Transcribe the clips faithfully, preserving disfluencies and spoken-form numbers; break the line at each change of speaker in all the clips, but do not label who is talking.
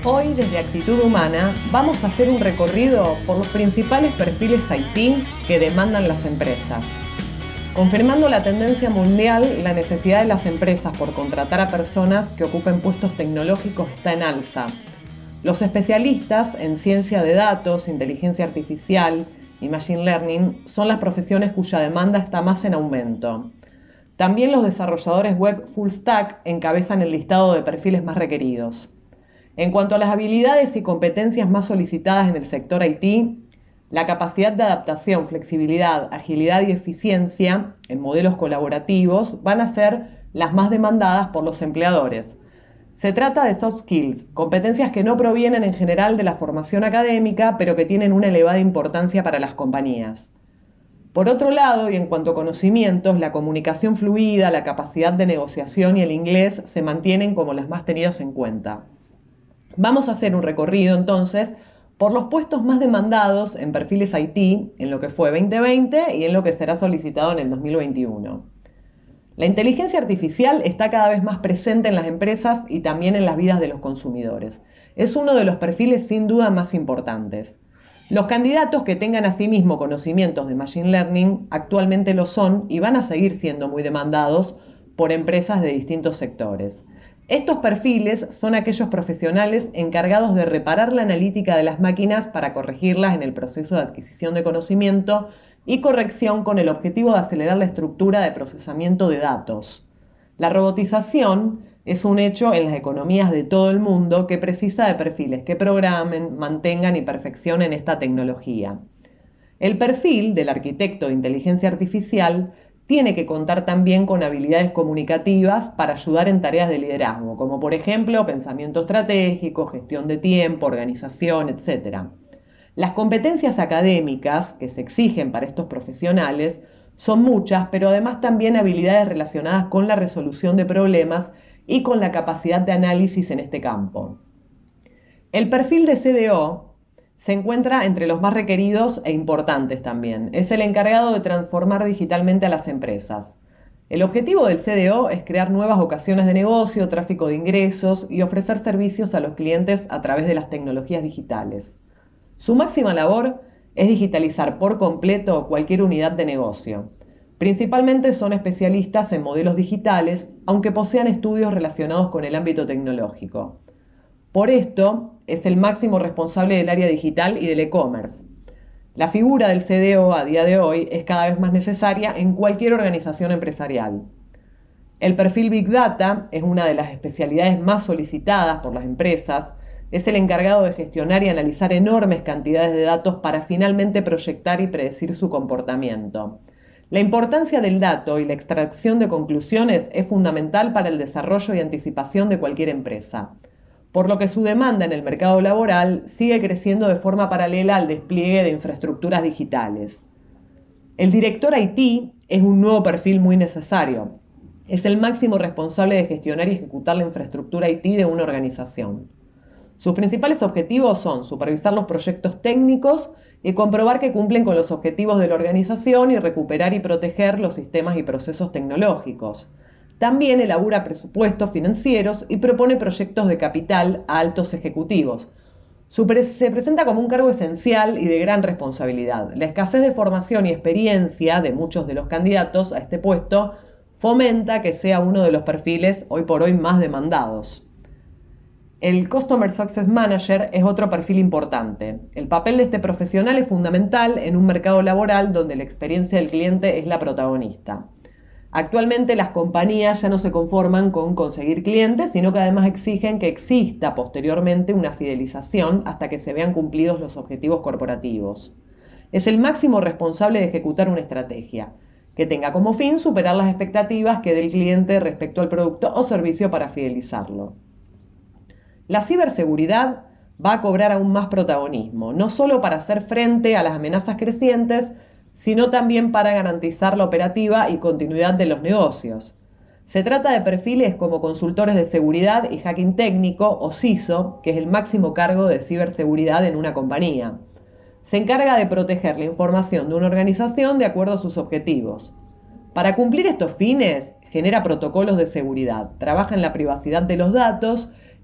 Hoy, desde Actitud Humana, vamos a hacer un recorrido por los principales perfiles I T que demandan las empresas. Confirmando la tendencia mundial, la necesidad de las empresas por contratar a personas que ocupen puestos tecnológicos está en alza. Los especialistas en ciencia de datos, inteligencia artificial y machine learning son las profesiones cuya demanda está más en aumento. También los desarrolladores web full stack encabezan el listado de perfiles más requeridos. En cuanto a las habilidades y competencias más solicitadas en el sector I T, la capacidad de adaptación, flexibilidad, agilidad y eficiencia en modelos colaborativos van a ser las más demandadas por los empleadores. Se trata de soft skills, competencias que no provienen en general de la formación académica, pero que tienen una elevada importancia para las compañías. Por otro lado, y en cuanto a conocimientos, la comunicación fluida, la capacidad de negociación y el inglés se mantienen como las más tenidas en cuenta. Vamos a hacer un recorrido entonces por los puestos más demandados en perfiles I T en lo que fue veinte veinte y en lo que será solicitado en el dos mil veintiuno. La inteligencia artificial está cada vez más presente en las empresas y también en las vidas de los consumidores. Es uno de los perfiles sin duda más importantes. Los candidatos que tengan asimismo conocimientos de Machine Learning actualmente lo son y van a seguir siendo muy demandados por empresas de distintos sectores. Estos perfiles son aquellos profesionales encargados de reparar la analítica de las máquinas para corregirlas en el proceso de adquisición de conocimiento y corrección con el objetivo de acelerar la estructura de procesamiento de datos. La robotización es un hecho en las economías de todo el mundo que precisa de perfiles que programen, mantengan y perfeccionen esta tecnología. El perfil del arquitecto de inteligencia artificial tiene que contar también con habilidades comunicativas para ayudar en tareas de liderazgo, como por ejemplo pensamiento estratégico, gestión de tiempo, organización, etcétera. Las competencias académicas que se exigen para estos profesionales son muchas, pero además también habilidades relacionadas con la resolución de problemas y con la capacidad de análisis en este campo. El perfil de C D O se encuentra entre los más requeridos e importantes también. Es el encargado de transformar digitalmente a las empresas. El objetivo del C D O es crear nuevas ocasiones de negocio, tráfico de ingresos y ofrecer servicios a los clientes a través de las tecnologías digitales. Su máxima labor es digitalizar por completo cualquier unidad de negocio. Principalmente son especialistas en modelos digitales, aunque posean estudios relacionados con el ámbito tecnológico. Por esto, es el máximo responsable del área digital y del e-commerce. La figura del C D O a día de hoy es cada vez más necesaria en cualquier organización empresarial. El perfil Big Data es una de las especialidades más solicitadas por las empresas. Es el encargado de gestionar y analizar enormes cantidades de datos para finalmente proyectar y predecir su comportamiento. La importancia del dato y la extracción de conclusiones es fundamental para el desarrollo y anticipación de cualquier empresa, por lo que su demanda en el mercado laboral sigue creciendo de forma paralela al despliegue de infraestructuras digitales. El director I T es un nuevo perfil muy necesario. Es el máximo responsable de gestionar y ejecutar la infraestructura I T de una organización. Sus principales objetivos son supervisar los proyectos técnicos y comprobar que cumplen con los objetivos de la organización y recuperar y proteger los sistemas y procesos tecnológicos. También elabora presupuestos financieros y propone proyectos de capital a altos ejecutivos. Su pre- se presenta como un cargo esencial y de gran responsabilidad. La escasez de formación y experiencia de muchos de los candidatos a este puesto fomenta que sea uno de los perfiles hoy por hoy más demandados. El Customer Success Manager es otro perfil importante. El papel de este profesional es fundamental en un mercado laboral donde la experiencia del cliente es la protagonista. Actualmente las compañías ya no se conforman con conseguir clientes, sino que además exigen que exista posteriormente una fidelización hasta que se vean cumplidos los objetivos corporativos. Es el máximo responsable de ejecutar una estrategia que tenga como fin superar las expectativas que dé el cliente respecto al producto o servicio para fidelizarlo. La ciberseguridad va a cobrar aún más protagonismo, no solo para hacer frente a las amenazas crecientes, sino también para garantizar la operativa y continuidad de los negocios. Se trata de perfiles como consultores de seguridad y hacking técnico o C I S O, que es el máximo cargo de ciberseguridad en una compañía. Se encarga de proteger la información de una organización de acuerdo a sus objetivos. Para cumplir estos fines, genera protocolos de seguridad, trabaja en la privacidad de los datos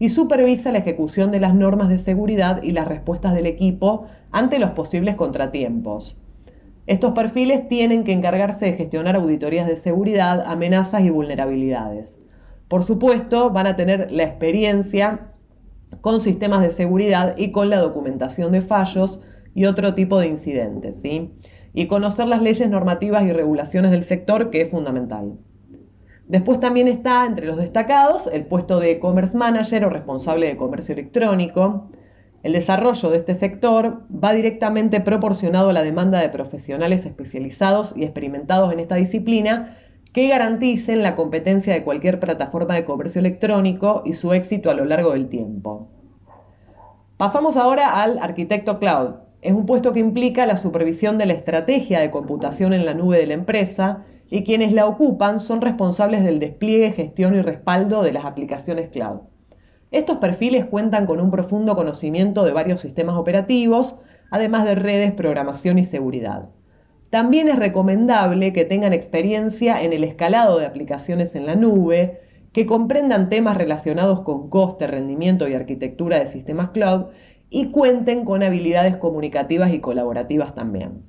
y supervisa la ejecución de las normas de seguridad y las respuestas del equipo ante los posibles contratiempos. Estos perfiles tienen que encargarse de gestionar auditorías de seguridad, amenazas y vulnerabilidades. Por supuesto, van a tener la experiencia con sistemas de seguridad y con la documentación de fallos y otro tipo de incidentes, ¿sí? Y conocer las leyes normativas y regulaciones del sector, que es fundamental. Después también está entre los destacados el puesto de e-commerce manager o responsable de comercio electrónico. El desarrollo de este sector va directamente proporcionado a la demanda de profesionales especializados y experimentados en esta disciplina que garanticen la competencia de cualquier plataforma de comercio electrónico y su éxito a lo largo del tiempo. Pasamos ahora al arquitecto cloud. Es un puesto que implica la supervisión de la estrategia de computación en la nube de la empresa y quienes la ocupan son responsables del despliegue, gestión y respaldo de las aplicaciones cloud. Estos perfiles cuentan con un profundo conocimiento de varios sistemas operativos, además de redes, programación y seguridad. También es recomendable que tengan experiencia en el escalado de aplicaciones en la nube, que comprendan temas relacionados con coste, rendimiento y arquitectura de sistemas cloud y cuenten con habilidades comunicativas y colaborativas también.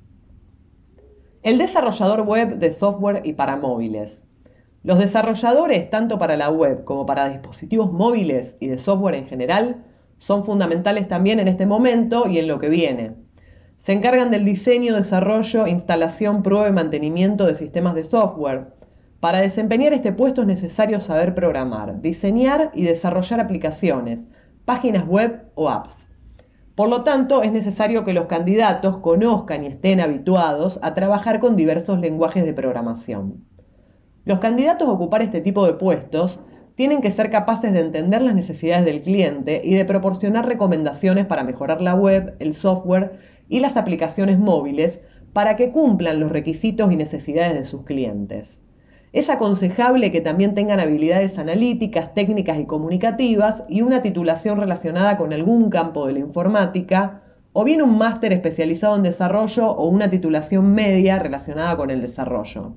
El desarrollador web de software y para móviles. Los desarrolladores, tanto para la web como para dispositivos móviles y de software en general, son fundamentales también en este momento y en lo que viene. Se encargan del diseño, desarrollo, instalación, prueba y mantenimiento de sistemas de software. Para desempeñar este puesto es necesario saber programar, diseñar y desarrollar aplicaciones, páginas web o apps. Por lo tanto, es necesario que los candidatos conozcan y estén habituados a trabajar con diversos lenguajes de programación. Los candidatos a ocupar este tipo de puestos tienen que ser capaces de entender las necesidades del cliente y de proporcionar recomendaciones para mejorar la web, el software y las aplicaciones móviles para que cumplan los requisitos y necesidades de sus clientes. Es aconsejable que también tengan habilidades analíticas, técnicas y comunicativas y una titulación relacionada con algún campo de la informática, o bien un máster especializado en desarrollo o una titulación media relacionada con el desarrollo.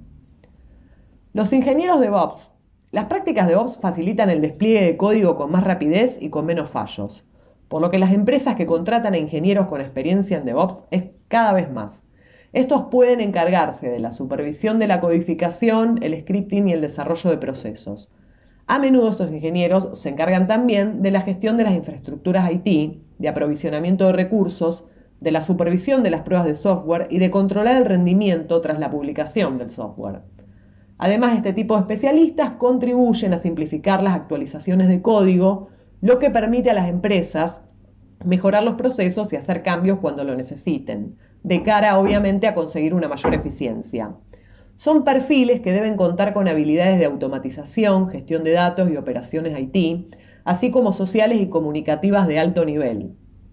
Los ingenieros de DevOps. Las prácticas de DevOps facilitan el despliegue de código con más rapidez y con menos fallos, por lo que las empresas que contratan a ingenieros con experiencia en DevOps es cada vez más. Estos pueden encargarse de la supervisión de la codificación, el scripting y el desarrollo de procesos. A menudo estos ingenieros se encargan también de la gestión de las infraestructuras I T, de aprovisionamiento de recursos, de la supervisión de las pruebas de software y de controlar el rendimiento tras la publicación del software. Además, este tipo de especialistas contribuyen a simplificar las actualizaciones de código, lo que permite a las empresas mejorar los procesos y hacer cambios cuando lo necesiten, de cara obviamente a conseguir una mayor eficiencia. Son perfiles que deben contar con habilidades de automatización, gestión de datos y operaciones I T, así como sociales y comunicativas de alto nivel.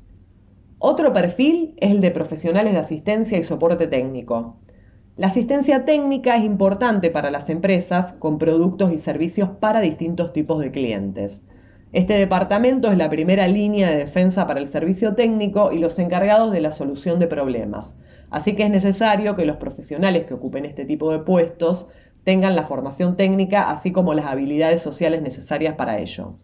Otro perfil es el de profesionales de asistencia y soporte técnico. La asistencia técnica es importante para las empresas con productos y servicios para distintos tipos de clientes. Este departamento es la primera línea de defensa para el servicio técnico y los encargados de la solución de problemas. Así que es necesario que los profesionales que ocupen este tipo de puestos tengan la formación técnica, así como las habilidades sociales necesarias para ello.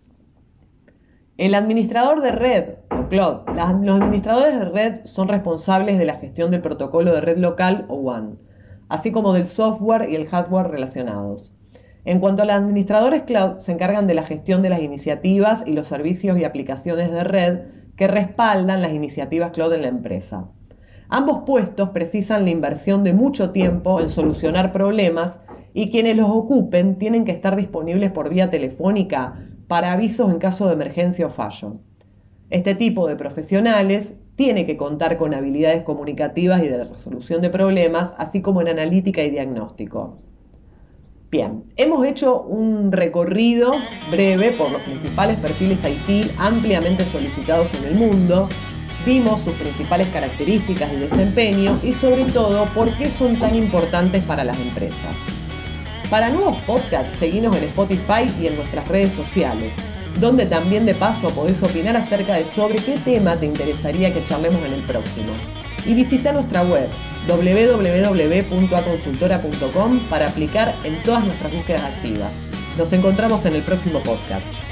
El administrador de red o cloud. Los administradores de red son responsables de la gestión del protocolo de red local o W A N, así como del software y el hardware relacionados. En cuanto a los administradores cloud, se encargan de la gestión de las iniciativas y los servicios y aplicaciones de red que respaldan las iniciativas cloud en la empresa. Ambos puestos precisan la inversión de mucho tiempo en solucionar problemas y quienes los ocupen tienen que estar disponibles por vía telefónica para avisos en caso de emergencia o fallo. Este tipo de profesionales tiene que contar con habilidades comunicativas y de resolución de problemas, así como en analítica y diagnóstico. Bien, hemos hecho un recorrido breve por los principales perfiles I T ampliamente solicitados en el mundo. Vimos sus principales características y desempeño y sobre todo por qué son tan importantes para las empresas. Para nuevos podcasts, seguinos en Spotify y en nuestras redes sociales, donde también de paso podés opinar acerca de sobre qué tema te interesaría que charlemos en el próximo. Y visita nuestra web doble u doble u doble u punto a consultora punto com para aplicar en todas nuestras búsquedas activas. Nos encontramos en el próximo podcast.